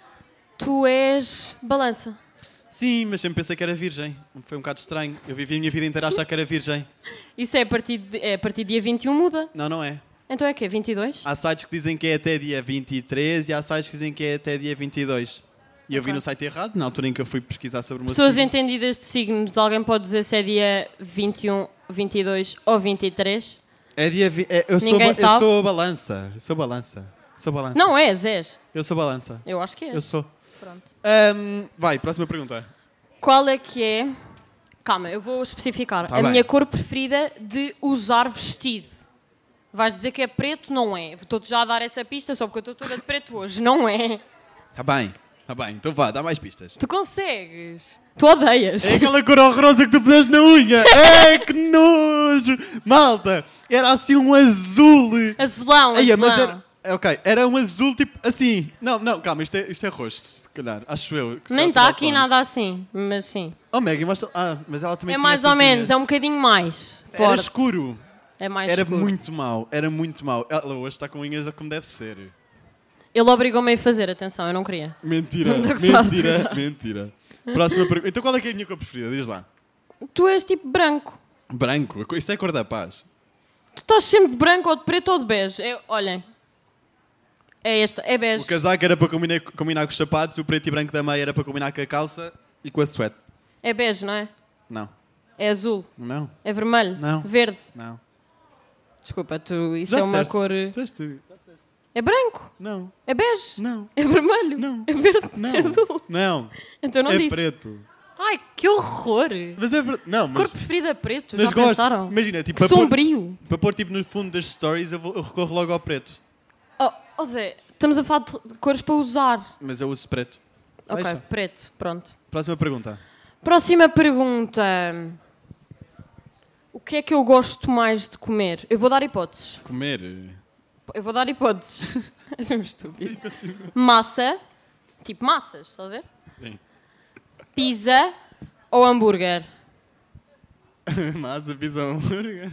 tu és balança. Sim, mas sempre pensei que era virgem. Foi um bocado estranho. Eu vivi a minha vida inteira a achar que era virgem. Isso é a partir de, é a partir de dia vinte e um muda. Não, não é. Então é o quê? vinte e dois? Há sites que dizem que é até dia vinte e três e há sites que dizem que é até dia vinte e dois. E eu vi Ok. no site errado, na altura em que eu fui pesquisar sobre o meu Pessoas signo. entendidas de signos, alguém pode dizer se é dia vinte e um, vinte e dois ou vinte e três? É dia vi- é, eu, sou, Ninguém ba- eu sabe? sou balança. Sou balança. Sou balança. Não és, és. Eu sou balança. Eu acho que és. Eu sou. Pronto. Ahm, vai, próxima pergunta. Qual é que é... Calma, eu vou especificar. Tá a bem. minha cor preferida de usar vestido. Vais dizer que é preto? Não é. Estou-te já a dar essa pista só porque eu estou toda de preto hoje. Não é. Tá bem. Tá bem. Então vá, dá mais pistas. Tu consegues. Tu odeias. É aquela cor horrorosa que tu puseste na unha. É, que nojo. Malta, era assim um azul. Azulão, Ai, mas azulão. era, ok, era um azul tipo assim. Não, não, calma, isto é, isto é roxo, se calhar. Acho eu. que se Nem calhar está tu aqui balcão. nada assim, mas sim. Oh, Maggie, mas, ah, mas ela também É tinha mais essas ou menos, unhas. é um bocadinho mais forte. Era escuro. É mais Era escuro. muito mau, era muito mau. Ela hoje está com unhas como deve ser. Ele obrigou-me a ir fazer, atenção, eu não queria. Mentira, Não estou a gozar, mentira, estou a gozar. mentira. Próxima pergunta. Então qual é que é a minha cor preferida? Diz lá. Tu és tipo branco. Branco, isso é a cor da paz. Tu estás sempre de branco ou de preto ou de bege. É, olhem. É esta, é bege. O casaco era para combinar, combinar com os sapatos, o preto e branco da meia era para combinar com a calça e com a suéte. É bege, não é? Não. É azul. Não. É vermelho. Não. Verde. Não. Desculpa, tu, isso Já é uma disseste, cor... disseste. É branco? Não. É bege? Não. É vermelho? Não. É verde? Não. É azul? Não. Então não é disse. preto. Ai, que horror! Mas é preto. Não, mas... Cor preferida é preto, Mas já gosto. pensaram? Imagina, tipo, Que para pôr- sombrio. Para pôr tipo no fundo das stories, eu, vou, eu recorro logo ao preto. Oh, oh Zé, estamos a falar de cores para usar. Mas eu uso preto. Ok, Deixa. preto, pronto. Próxima pergunta. Próxima pergunta. O que é que eu gosto mais de comer? Eu vou dar hipóteses. Comer. Eu vou dar hipóteses. És mesmo estúpido. Massa. Tipo massas, estás a ver? Sim. Pizza ou hambúrguer? Massa, pizza, hambúrguer.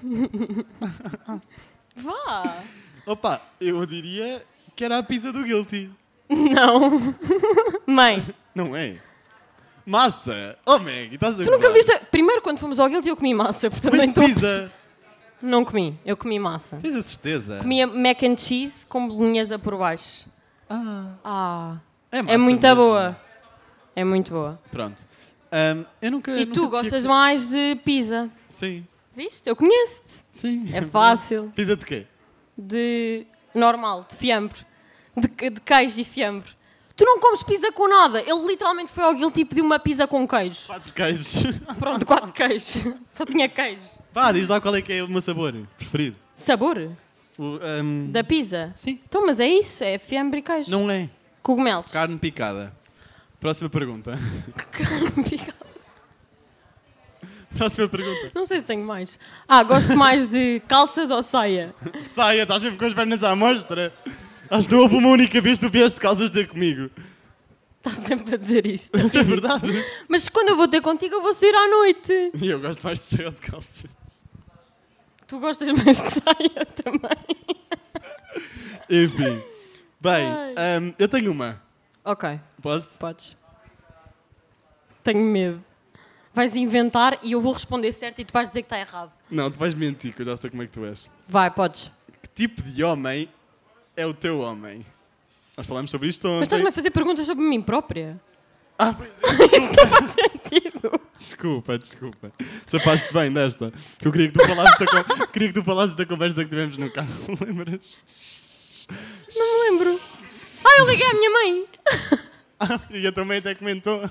Vá. Opa, eu diria que era a pizza do Guilty. Não. Mãe. Não é? Massa! Oh, Meg, estás a Tu nunca gozar. viste... Primeiro, quando fomos ao Guilty, eu comi massa. Portanto, Comeste nem estou a pizza? perceber. Não comi. Eu comi massa. Tens a certeza? Comia mac and cheese com bolonhesa por baixo. Ah. Ah. É É, massa muito mesmo. boa. É muito boa. Pronto. Ahm, eu nunca... E nunca tu te gostas fico- mais de pizza? Sim. Viste? Eu conheço-te. Sim. É fácil. Pizza de quê? De normal, de fiambre. De, que- de queijo e fiambre. Tu não comes pizza com nada. Ele literalmente foi ao Guilty e pediu uma pizza com queijo. Quatro queijos. Pronto, quatro queijos. Só tinha queijo. Pá, diz lá qual é que é o meu sabor preferido. Sabor? O, ahm, Da pizza? Sim. Então, mas é isso. É fiambre e queijo. Não é. Cogumelos. Carne picada. Próxima pergunta. Carne picada. Próxima pergunta. Não sei se tenho mais. Ah, gosto mais de calças ou saia? Saia, estás sempre com as pernas à mostra. Acho que não houve uma única vez que tu vieste de calças ter comigo. Está sempre a dizer isto. Isso é verdade. Mas quando eu vou ter contigo, eu vou sair à noite. E eu gosto mais de saia de calças. Tu gostas mais de saia também. Enfim. Bem, Ai. ahm, eu tenho uma. Ok. Posso? Podes. Tenho medo. Vais inventar e eu vou responder certo e tu vais dizer que está errado. Não, tu vais mentir, que eu já sei como é que tu és. Vai, podes. Que tipo de homem é o teu homem? Nós falámos sobre isto ontem. Mas estás-me a fazer perguntas sobre mim própria? Ah, pois é. Isso não faz sentido. Desculpa, desculpa. Sapaste bem desta. Eu queria que tu falasses da, con- queria que tu falasses da conversa que tivemos no carro. Lembras? Não me lembro. Ah, eu liguei à minha mãe. Ah, e a tua mãe até comentou.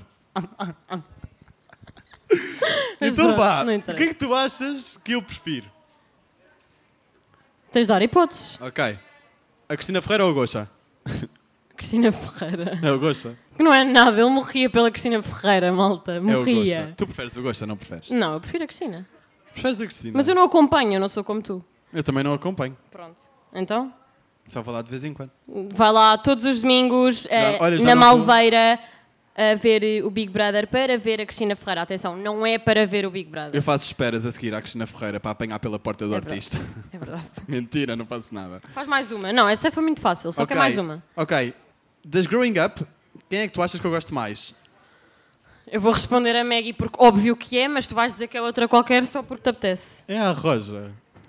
Mas Então pronto, vá, não o interessa. que é que tu achas que eu prefiro? Tens de dar hipóteses. Ok. A Cristina Ferreira ou a Goxa? Cristina Ferreira. É o Goxa. Que não é nada, ele morria pela Cristina Ferreira, malta. É o Morria. Goxa. Tu preferes o Goxa, não preferes? Não, eu prefiro a Cristina. Preferes a Cristina? Mas eu não acompanho, eu não sou como tu. Eu também não acompanho. Pronto. Então, Só falar de vez em quando. vai lá todos os domingos eh, olha, já na não vou- Malveira a ver eh, o Big Brother para ver a Cristina Ferreira. Atenção, não é para ver o Big Brother. Eu faço esperas a seguir à Cristina Ferreira para apanhar pela porta do É artista. É verdade. Mentira, não faço nada. Faz mais uma. Não, essa foi muito fácil, só Ok. quer mais uma. Ok. Das Growing Up, quem é que tu achas que eu gosto mais? Eu vou responder a Maggie porque óbvio que é, mas tu vais dizer que é outra qualquer só porque te apetece. É a Roja.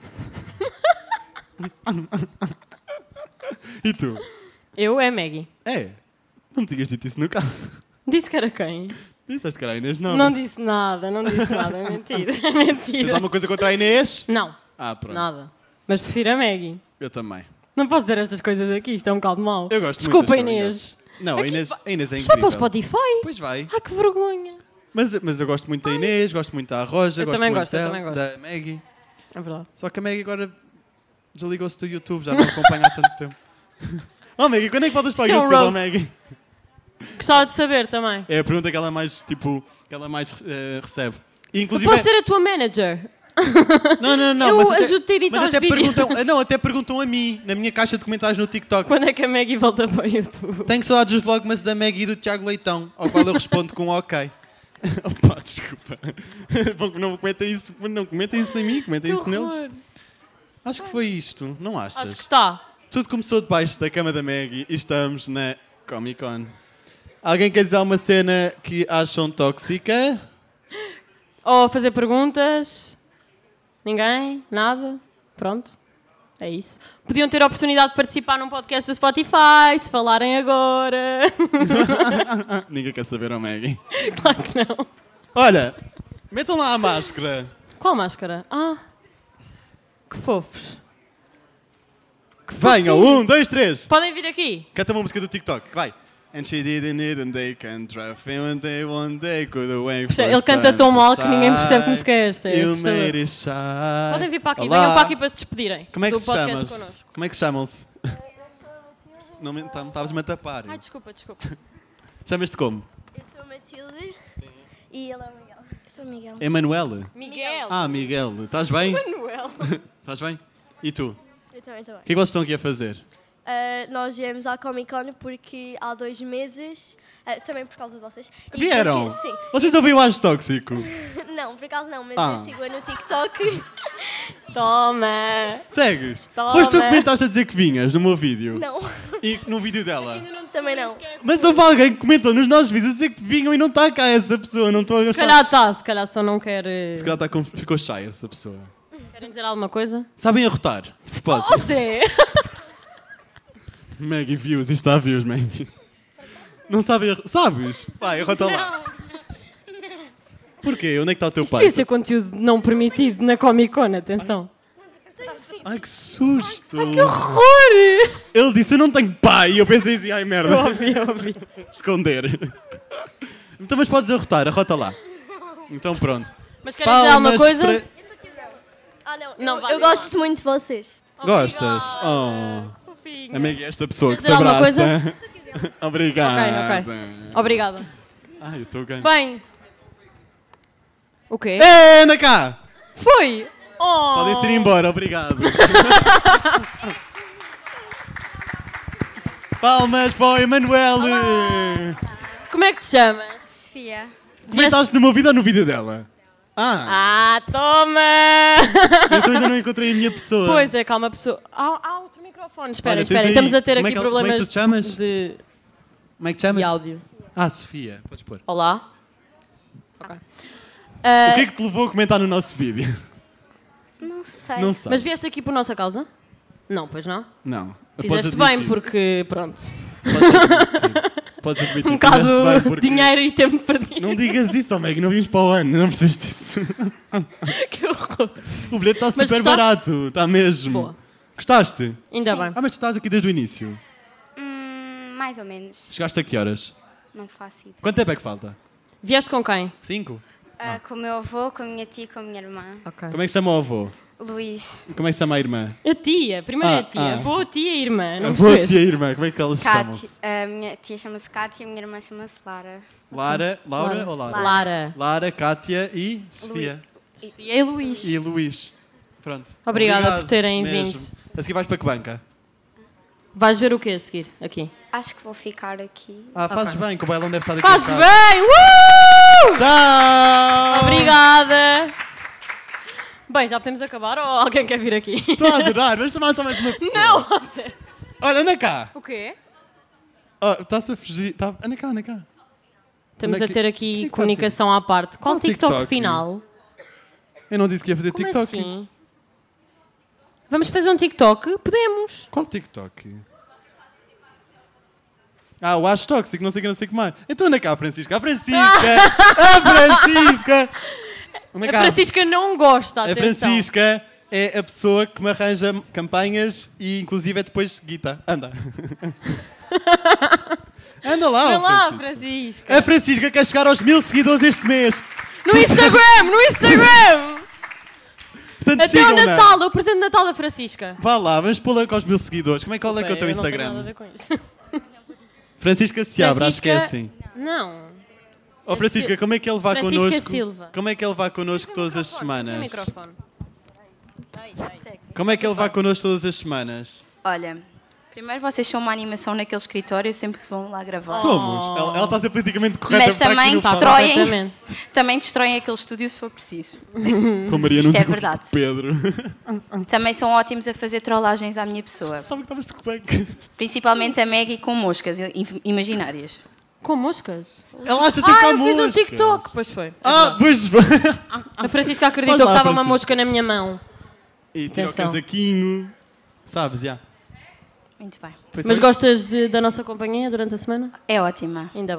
E tu? Eu é Maggie. É. Não me tinhas dito isso no carro. Disse que era quem? Disseste que era a Inês, não? Não disse nada, não disse nada. É mentira, é Tens mentira. alguma coisa contra a Inês? Não, Ah, pronto. nada. Mas prefiro a Maggie. Eu também. Não posso dizer estas coisas aqui, isto é um bocado mau. Eu gosto Desculpa, muito das Growing Inês. Ups. Não, a Aqui Inês, isto vai- a Inês é Isto vai para o incrível. Spotify? Pois vai. Ah, que vergonha. Mas, mas eu gosto muito da Inês, gosto muito da Roja, Eu gosto também muito gosto, eu dela, também gosto. da Maggie. É verdade. Só que a Maggie agora desligou-se do YouTube, já não acompanha há tanto tempo. Oh Maggie, quando é que voltas para o Isto é um YouTube, oh roast. Maggie? Gostava de saber também. É a pergunta que ela mais, tipo, que ela mais eh, recebe. E, Eu inclusive, posso ser a tua manager? Não, não, não. Eu mas até, ajudo-te a editar mas os até vídeos. perguntam, não, até perguntam a mim, na minha caixa de comentários no TikTok. Quando é que a Maggie volta para o YouTube? Tenho saudades dos vlogmas da Maggie e do Tiago Leitão, ao qual eu respondo com ok. Opa, desculpa. Bom, não comentem isso, não comentem isso em mim, comentem Que isso neles. horror. Acho que foi isto, não achas? Acho que está. Tudo começou debaixo da cama da Maggie e estamos na Comic Con. Alguém quer dizer alguma cena que acham tóxica? Ou fazer perguntas? Ninguém? Nada? Pronto. É isso. Podiam ter a oportunidade de participar num podcast do Spotify, se falarem agora. Ninguém quer saber, oh Maggie. Claro que não. Olha, metam lá a máscara. Qual máscara? Ah, que fofos. Que venham, um, dois, três. Podem vir aqui. Canta uma música do TikTok, vai. And she didn't need and they can trust him and they one day could away for Ele canta tão mal que ninguém percebe que música é esta. É you assustador. made it shy. Podem vir para aqui, Olá. venham para aqui para se despedirem. Como é que do se podcast chamas? connosco. Como é que se chamam-se? Não me tá- estavas-me a tapar. Ai, desculpa, desculpa. Chamas-te como? Eu sou a Matilde. Sim. E ele é o Miguel. Eu sou o Miguel. Emanuele? Miguel. Ah, Miguel. Estás bem? Manuel. Estás bem? E tu? Eu também estou O bem. que é que vocês estão aqui a fazer? Uh, nós viemos à Comic Con porque há dois meses, uh, também por causa de vocês. E Vieram? porque- sim. Vocês ouviram o Acho Tóxico? Não, por acaso não, mas Ah. eu sigo-a no TikTok. Toma! Segues? Toma. Foste tu que comentaste a dizer que vinhas no meu vídeo? Não. E no vídeo dela? Também não. Mas houve alguém que comentou nos nossos vídeos a dizer que vinham e não está cá essa pessoa. Não estou a Se gastar. calhar está, se calhar só não quer. eh, Se calhar está com... ficou shy essa pessoa. Querem dizer alguma coisa? Sabem arrotar? De propósito. Oh, Zé! Maggie views, isto está a views, Maggie. Não sabem arrotar? Sabes? Vai, arrota lá. Porquê? Onde é que está o teu Isto pai? devia ser conteúdo não permitido na Comic Con, atenção. Ai, que susto! Que horror! Ele disse, eu não tenho pai. E eu pensei assim, ai merda. Eu ouvi, eu ouvi. Esconder. Então, mas podes arrotar, arrota lá. Então pronto. Mas querem dizer alguma coisa? para- Ah, não. Não, eu vai, eu vai. gosto muito de vocês. Gostas? Oh. A Maggie é esta pessoa Quer que se dizer alguma abraça. Obrigada. Ok, ok. Obrigada. Ai, eu estou ganho. Bem. O quê? Ei, anda cá! Foi! Oh. Podem se ir embora, obrigado. Palmas para o Emanuele! Como é que te chamas? Sofia. Comentaste no meu vídeo ou no vídeo dela? Ah, Ah, toma! então ainda não encontrei a minha pessoa. Pois é, calma, pessoa. Há, há outro microfone. Espera, Olha, tens espera. aí- Estamos a ter como é aqui que- como é que problemas tu te chamas? de, Como é que te chamas? de áudio. Ah, Sofia, podes pôr. Olá. Ok. O que é que te levou a comentar no nosso vídeo? Não sei. Não sei. Mas vieste aqui por nossa causa? Não, pois não? Não. Fizeste Podes bem, admitir. porque, pronto. Podes admitir. Um que bocado fizeste bem porque- dinheiro e tempo perdido. Não digas isso, oh Meg, não vimos para o ano, não percebeste isso. Que horror. O bilhete está Mas super gostaste? barato, está mesmo. Boa. Gostaste? Ainda Sim. bem. Ah, mas tu estás aqui desde o início. Hum, mais ou menos. Chegaste a que horas? Não faço ideia. Quanto tempo é que falta? Vieste com quem? Cinco. Ah, com o meu avô, com a minha tia e com a minha irmã. Ok. Como é que se chama o avô? Luís. E como é que se chama a irmã? A tia. Primeiro é Ah, a tia. ah. Avô, tia e irmã. Não Avô, percebeste? tia e irmã, como é que elas se Cátia. chamam-se? A minha tia chama-se Cátia e a minha irmã chama-se Lara. Lara, Laura Lara. ou Lara? Lara. Lara, Cátia e Sofia. Sofia e Luís. E Luís. Pronto. Obrigada Obrigado por terem mesmo. vindo. A seguir vais para que banca? Vais ver o quê a seguir? Aqui. Acho que vou ficar aqui. Ah, fazes bem, que o bailão deve estar daqui Fazes a bocado. bem! Uh! Tchau! Obrigada! Bem, já podemos acabar ou alguém quer vir aqui? Estou a adorar, vamos chamar só mais uma pessoa. Não, você. Olha, anda cá. O quê? Oh, estás a fugir. Tá... Anda cá, anda cá. Estamos Anda a aqui. ter Quem é aqui que tá comunicação à parte. Qual Qual TikTok, TikTok? final? Eu não disse que ia fazer Como TikTok. assim? Vamos fazer um TikTok? Podemos. Qual TikTok? Ah, o Acho Tóxico, não sei o que, não sei o que mais. Então anda cá, a Francisca. A Francisca! A Francisca! Anda A cá. Francisca não gosta, A atenção. Francisca é a pessoa que me arranja campanhas e inclusive é depois guita. Anda. Anda lá, Vai ó, lá, Francisca. Francisca. A Francisca quer chegar aos mil seguidores este mês. No Instagram, no Instagram! Portanto, Até o sigam-na. Natal, o presente de Natal da Francisca. Vá lá, vamos pô-la com os mil seguidores. Como é que, qual é, que é o teu Bem, eu não tenho Instagram? nada a ver com isso. Francisca Seabra, acho que é assim. Não. Ó oh, Francisca, como é que ele vai Francisca connosco? Silva. Como é que ele vai connosco todas as Tem semanas? microfone. Como é que ele vai connosco todas as semanas? Olha, primeiro vocês são uma animação naquele escritório sempre que vão lá gravar. Somos. Ela, ela está a ser politicamente correta. Mas está aqui também no palco. destroem, também destroem aquele estúdio se for preciso. Com a Maria Isto não é digo verdade. com o Pedro. Também são ótimos a fazer trollagens à minha pessoa. Sabe que estavas de cueca. Principalmente a Maggie com moscas im- imaginárias. Com moscas? Ela acha sempre ah, que há eu fiz um moscas. TikTok. Pois foi. É Ah, verdade. pois foi. A Francisca acreditou Vais lá, que estava uma Francisca. mosca na minha mão. E tira o Atenção. casaquinho. Sabes, já. Muito bem. Foi só Mas isto? gostas de- da nossa companhia durante a semana? É ótima. Ainda bem.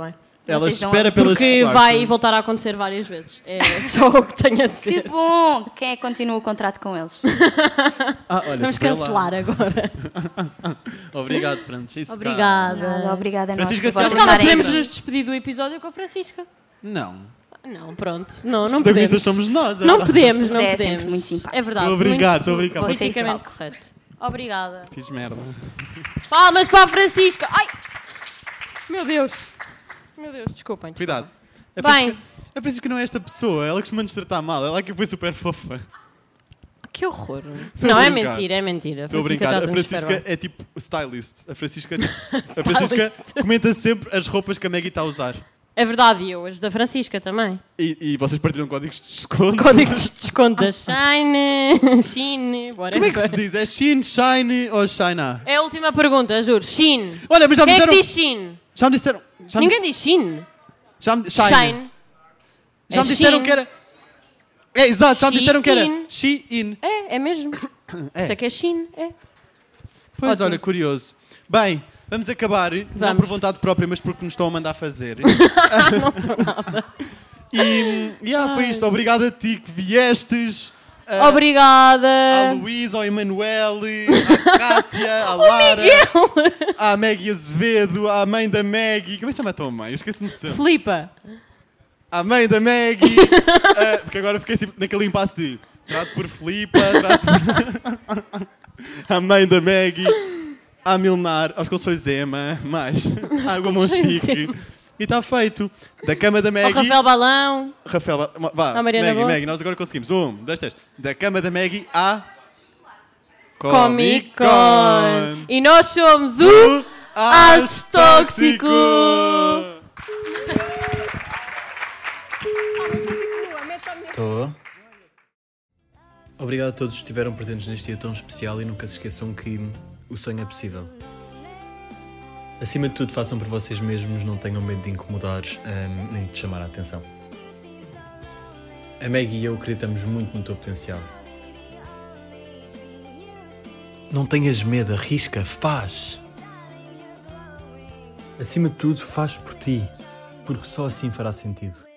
Ela Vocês dão espera a- pelas Porque quartas. vai voltar a acontecer várias vezes. É só o que tenho a dizer. Que bom! Quem é que continua o contrato com eles? Ah, olha, Vamos tu vai lá. cancelar agora. Obrigado, Francisca. Obrigada. Nada, obrigada a nós Francisca, por se vocês ela- Agora estarem podemos aqui. nos despedir do episódio com a Francisca. Não. Não, pronto. Não, não protagonistas podemos. somos nós, Não ela. podemos, não Zé é podemos. sempre muito simpático. É verdade. Estou a brincar, muito estou a brincar. Politicamente correto. Obrigada. Fiz merda. Palmas para a Francisca. Ai! Meu Deus. Meu Deus, desculpem. Cuidado. A Bem. Francisca, a Francisca não é esta pessoa, ela costuma nos tratar mal, ela aqui foi super fofa. Que horror. Estou Não, a é brincar. mentira, é mentira. Estou a Francisca brincar. A trata-nos super Francisca bem. é tipo stylist. A Francisca, a Francisca comenta sempre as roupas que a Maggie está a usar. É verdade, e eu, as da Francisca também. E, e vocês partilham códigos de desconto. Códigos de desconto da Shine, Shine, Como é que se diz? É Shein, Shine ou Shina? É a última pergunta, juro. Shine. Olha, mas já me Quem é disseram... que diz Shine? Já me disseram... Já me Ninguém diz Shine. Já me... Shine. Shine. Já É me disseram Shein. que era... É, exato, já me disseram que era Shein. Shein. É, é mesmo. É. Isso é que é Shine, é. Pois, Ótimo. olha, curioso. Bem, vamos acabar, não Vamos. por vontade própria, mas porque nos estão a mandar fazer. Não estou nada. E, e ah, foi isto. Obrigado a ti que viestes. ah, Obrigada. Ao Luís, ao Emanuel, à Cátia, à Lara, à Maggie Azevedo, à mãe da Maggie. Como é que chama a tua mãe? Eu esqueci-me sempre. Filipa. À mãe da Maggie. ah, porque agora fiquei assim, naquele impasse de trato por Filipa, trato por... à mãe da Maggie, à Milnar, aos colchões Ema, mais à Água Monchique. E está feito. Da cama da Ao Maggie. Rafael Balão. Rafael, Ba- vá, À Mariana Maggie, Bosch. Maggie, nós agora conseguimos. Um, dois, três. Da cama da Maggie à Comic Con. E nós somos o As Tóxico. Estou. Obrigado a todos que estiveram presentes neste dia tão especial e nunca se esqueçam que o sonho é possível. Acima de tudo, façam por vocês mesmos, não tenham medo de incomodar hum, nem de chamar a atenção. A Maggie e eu acreditamos muito no teu potencial. Não tenhas medo, arrisca, faz. Acima de tudo, faz por ti, porque só assim fará sentido.